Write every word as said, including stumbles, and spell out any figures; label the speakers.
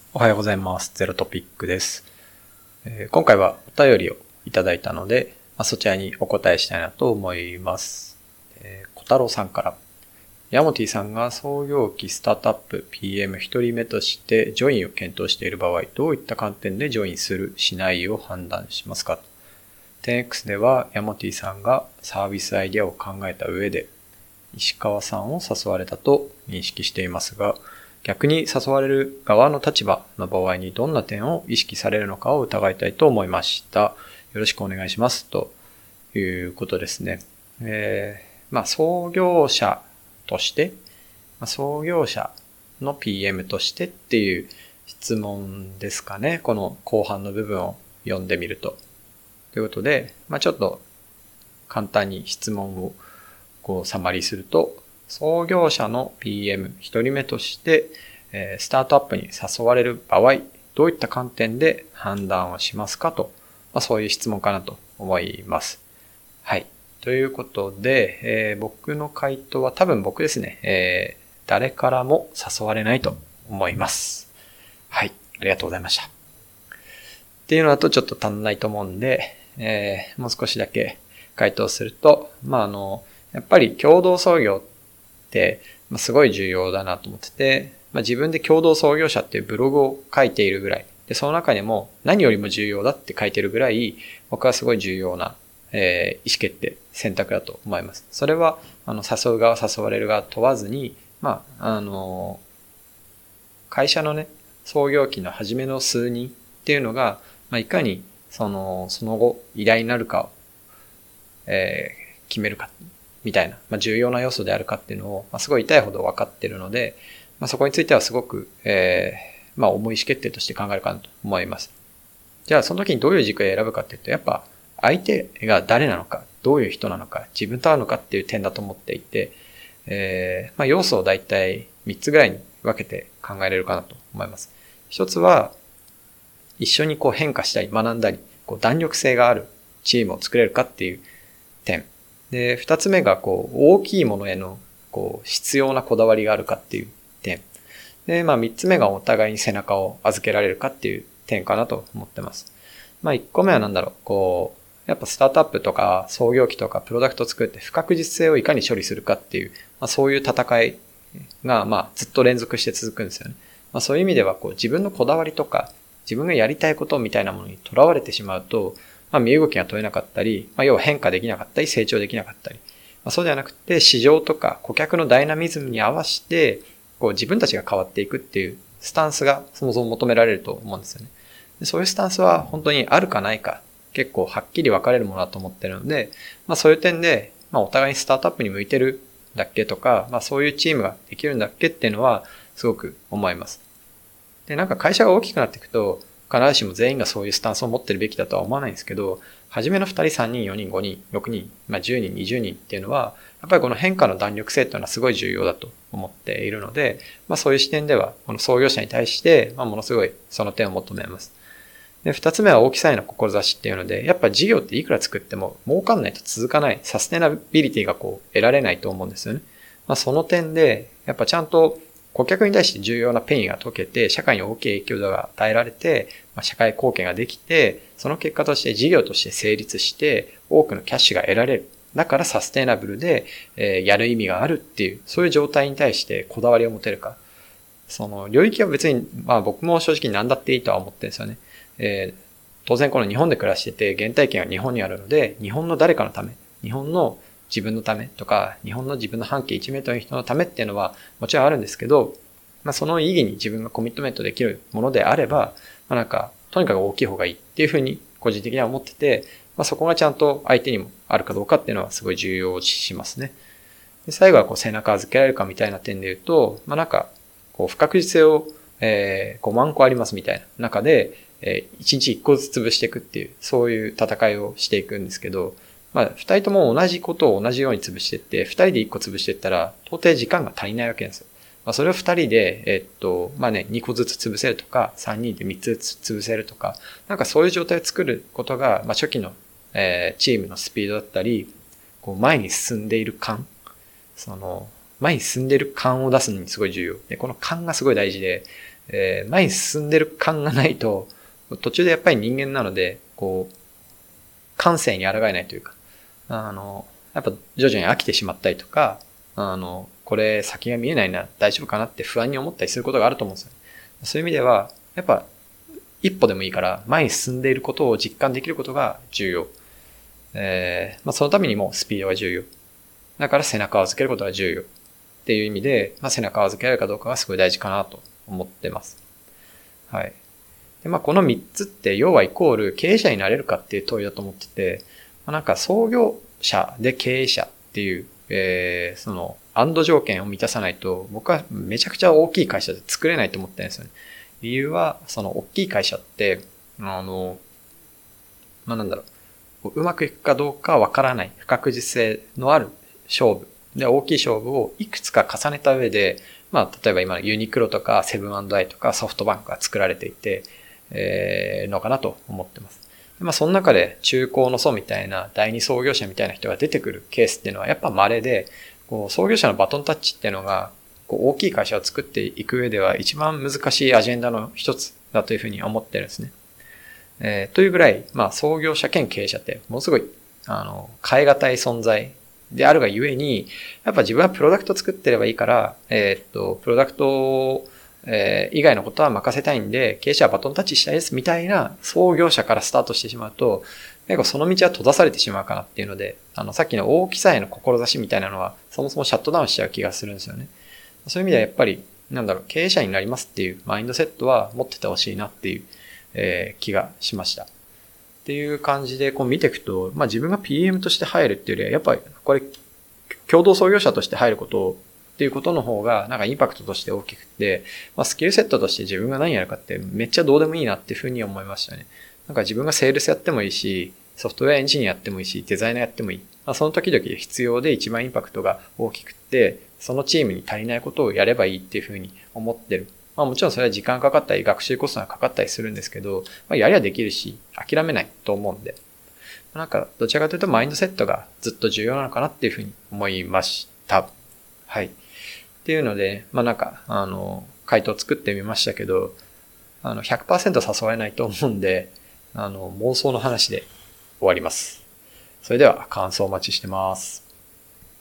Speaker 1: おはようございます。ゼロトピックです。えー今回はお便りをいただいたので、まあ、そちらにお答えしたいなと思います。えー小太郎さんから、ヤモティさんが創業期スタートアップ ピーエムひとりめとしてジョインを検討している場合、どういった観点でジョインする、しないを判断しますか？ テンエックス ではヤモティさんがサービスアイデアを考えた上で、石川さんを誘われたと認識していますが、逆に誘われる側の立場の場合にどんな点を意識されるのかを疑いたいと思いました。よろしくお願いします。ということですね。えー、まあ創業者として、まあ、創業者の ピーエム としてっていう質問ですかね。この後半の部分を読んでみると。ということで、まあちょっと簡単に質問をこうサマリーすると、創業者の ピーエム 一人目として、えー、スタートアップに誘われる場合、どういった観点で判断をしますかと、まあ、そういう質問かなと思います。はい。ということで、えー、僕の回答は多分僕ですね、えー、誰からも誘われないと思います。はい。ありがとうございました。っていうのだとちょっと足んないと思うんで、えー、もう少しだけ回答すると、まあ、あの、やっぱり共同創業ってすごい重要だなと思ってて、まあ、自分で共同創業者っていうブログを書いているぐらい、で、その中でも何よりも重要だって書いてるぐらい、僕はすごい重要な、えー、意思決定、選択だと思います。それは、あの、誘う側、誘われる側問わずに、まあ、あの、会社のね、創業期の初めの数人っていうのが、まあ、いかに、その、その後、偉大になるかを、えー、決めるか。みたいな、まあ、重要な要素であるかっていうのを、まあ、すごい痛いほど分かっているので、まあ、そこについてはすごく、えー、まあ、重い意思決定として考えるかなと思います。じゃあ、その時にどういう軸で選ぶかっていうと、やっぱ、相手が誰なのか、どういう人なのか、自分と合うのかっていう点だと思っていて、えー、まあ、要素をだいたいみっつぐらいに分けて考えれるかなと思います。一つは、一緒にこう変化したり、学んだり、こう弾力性があるチームを作れるかっていう点。で、二つ目が、こう、大きいものへの、こう、必要なこだわりがあるかっていう点。で、まあ、三つ目がお互いに背中を預けられるかっていう点かなと思ってます。まあ、一個目はなんだろう、こう、やっぱスタートアップとか創業期とかプロダクトを作って不確実性をいかに処理するかっていう、まあ、そういう戦いが、まあ、ずっと連続して続くんですよね。まあ、そういう意味では、こう、自分のこだわりとか、自分がやりたいことみたいなものにとらわれてしまうと、まあ、身動きが取れなかったり、まあ、要は変化できなかったり、成長できなかったり。まあ、そうではなくて、市場とか顧客のダイナミズムに合わせて、こう自分たちが変わっていくっていうスタンスがそもそも求められると思うんですよね。でそういうスタンスは本当にあるかないか、結構はっきり分かれるものだと思ってるので、まあそういう点で、まあお互いにスタートアップに向いてるんだっけとか、まあそういうチームができるんだっけっていうのはすごく思います。で、なんか会社が大きくなっていくと、必ずしも全員がそういうスタンスを持ってるべきだとは思わないんですけど、初めのふたり、さんにん、よにん、ごにん、ろくにん、まあじゅうにん、にじゅうにんっていうのは、やっぱりこの変化の弾力性っていうのはすごい重要だと思っているので、まあそういう視点では、この創業者に対して、まあものすごいその点を求めます。で、二つ目は大きさへの志っていうので、やっぱ事業っていくら作っても儲かんないと続かない、サステナビリティがこう得られないと思うんですよね。まあその点で、やっぱちゃんと顧客に対して重要なペインが解けて、社会に大きい影響が与えられて、まあ、社会貢献ができて、その結果として事業として成立して、多くのキャッシュが得られる。だからサステナブルで、えー、やる意味があるっていう、そういう状態に対してこだわりを持てるか。その領域は別に、まあ僕も正直何だっていいとは思ってるんですよね。えー、当然この日本で暮らしてて、原体験は日本にあるので、日本の誰かのため、日本の自分のためとか、日本の自分の半径いちメートルの人のためっていうのはもちろんあるんですけど、まあその意義に自分がコミットメントできるものであれば、まあなんか、とにかく大きい方がいいっていうふうに個人的には思ってて、まあそこがちゃんと相手にもあるかどうかっていうのはすごい重要視しますね。で最後はこう背中預けられるかみたいな点で言うと、まあなんか、こう不確実性を、えー、ごまんこありますみたいな中で、えー、いちにちいっこずつ潰していくっていう、そういう戦いをしていくんですけど、まあ、二人とも同じことを同じように潰していって、二人で一個潰していったら、到底時間が足りないわけなんですよ。まあ、それを二人で、えっと、まあね、二個ずつ潰せるとか、三人で三つずつ潰せるとか、なんかそういう状態を作ることが、まあ初期の、えー、チームのスピードだったり、こう前に進んでいる感、その、前に進んでいる感を出すのにすごい重要。で、この感がすごい大事で、 えー、前に進んでる感がないと、途中でやっぱり人間なので、こう、感性に抗えないというか、あの、やっぱ徐々に飽きてしまったりとか、あの、これ先が見えないな、大丈夫かなって不安に思ったりすることがあると思うんですよ。そういう意味では、やっぱ一歩でもいいから前に進んでいることを実感できることが重要。えー、まあそのためにもスピードが重要。だから背中を預けることが重要。っていう意味で、まあ背中を預けられるかどうかがすごい大事かなと思ってます。はい。で、まあこの三つって要はイコール経営者になれるかっていう問いだと思ってて、まあ、なんか創業者で経営者っていう、えー、その、アンド条件を満たさないと、僕はめちゃくちゃ大きい会社で作れないと思ってるんですよね。理由は、その大きい会社って、あの、まあ、なんだろう、うまくいくかどうかわからない、不確実性のある勝負。で、大きい勝負をいくつか重ねた上で、まあ、例えば今ユニクロとかセブン&アイとかソフトバンクが作られていて、えー、のかなと思ってます。まあ、その中で中高の祖みたいな第二創業者みたいな人が出てくるケースっていうのはやっぱ稀で、こう創業者のバトンタッチっていうのがこう大きい会社を作っていく上では一番難しいアジェンダの一つだというふうに思ってるんですね。えー、というぐらい、まあ創業者兼経営者ってものすごい、あの、変え難い存在であるがゆえに、やっぱ自分はプロダクト作ってればいいから、えー、っと、プロダクトをえー、以外のことは任せたいんで、経営者はバトンタッチしたいですみたいな創業者からスタートしてしまうと、結構その道は閉ざされてしまうかなっていうので、あの、さっきの大きさへの志みたいなのは、そもそもシャットダウンしちゃう気がするんですよね。そういう意味ではやっぱり、なんだろう、経営者になりますっていうマインドセットは持っててほしいなっていう、えー、気がしました。っていう感じでこう見ていくと、まあ自分が ピーエム として入るっていうよりは、やっぱりこれ、共同創業者として入ることをっていうことの方が、なんかインパクトとして大きくて、まあ、スキルセットとして自分が何やるかってめっちゃどうでもいいなっていうふうに思いましたね。なんか自分がセールスやってもいいし、ソフトウェアエンジニアやってもいいし、デザイナーやってもいい。まあ、その時々必要で一番インパクトが大きくて、そのチームに足りないことをやればいいっていうふうに思ってる。まあもちろんそれは時間かかったり、学習コストがかかったりするんですけど、まあ、やりゃできるし、諦めないと思うんで。なんか、どちらかというとマインドセットがずっと重要なのかなっていうふうに思いました。はい。っていうので、まあなんか、あの、回答作ってみましたけど、あの、ひゃくパーセント 誘えないと思うんで、あの、妄想の話で終わります。それでは感想お待ちしてます。